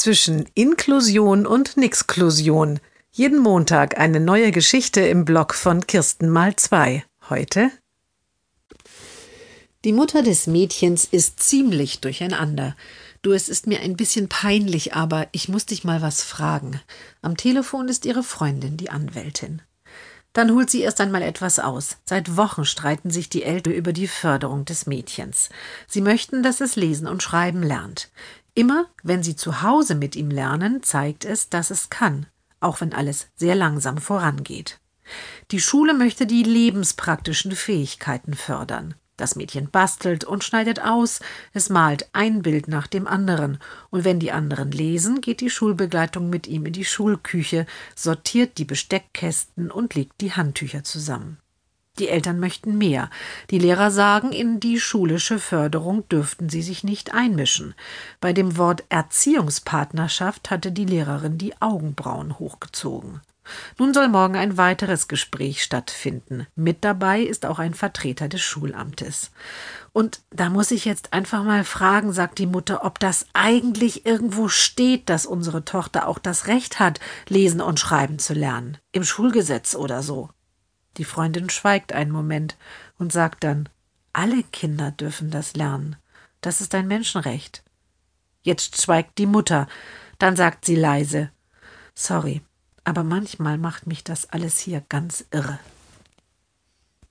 zwischen Inklusion und Nixklusion. Jeden Montag eine neue Geschichte im Blog von Kirsten mal 2. Heute: Die Mutter des Mädchens ist ziemlich durcheinander. Du, es ist mir ein bisschen peinlich, aber ich muss dich mal was fragen. Am Telefon ist ihre Freundin, die Anwältin. Dann holt sie erst einmal etwas aus. Seit Wochen streiten sich die Eltern über die Förderung des Mädchens. Sie möchten, dass es lesen und schreiben lernt. Immer, wenn sie zu Hause mit ihm lernen, zeigt es, dass es kann, auch wenn alles sehr langsam vorangeht. Die Schule möchte die lebenspraktischen Fähigkeiten fördern. Das Mädchen bastelt und schneidet aus, es malt ein Bild nach dem anderen, und wenn die anderen lesen, geht die Schulbegleitung mit ihm in die Schulküche, sortiert die Besteckkästen und legt die Handtücher zusammen. Die Eltern möchten mehr. Die Lehrer sagen, in die schulische Förderung dürften sie sich nicht einmischen. Bei dem Wort Erziehungspartnerschaft hatte die Lehrerin die Augenbrauen hochgezogen. Nun soll morgen ein weiteres Gespräch stattfinden. Mit dabei ist auch ein Vertreter des Schulamtes. Und da muss ich jetzt einfach mal fragen, sagt die Mutter, ob das eigentlich irgendwo steht, dass unsere Tochter auch das Recht hat, lesen und schreiben zu lernen. Im Schulgesetz oder so. Die Freundin schweigt einen Moment und sagt dann: Alle Kinder dürfen das lernen. Das ist ein Menschenrecht. Jetzt schweigt die Mutter. Dann sagt sie leise: Sorry, aber manchmal macht mich das alles hier ganz irre.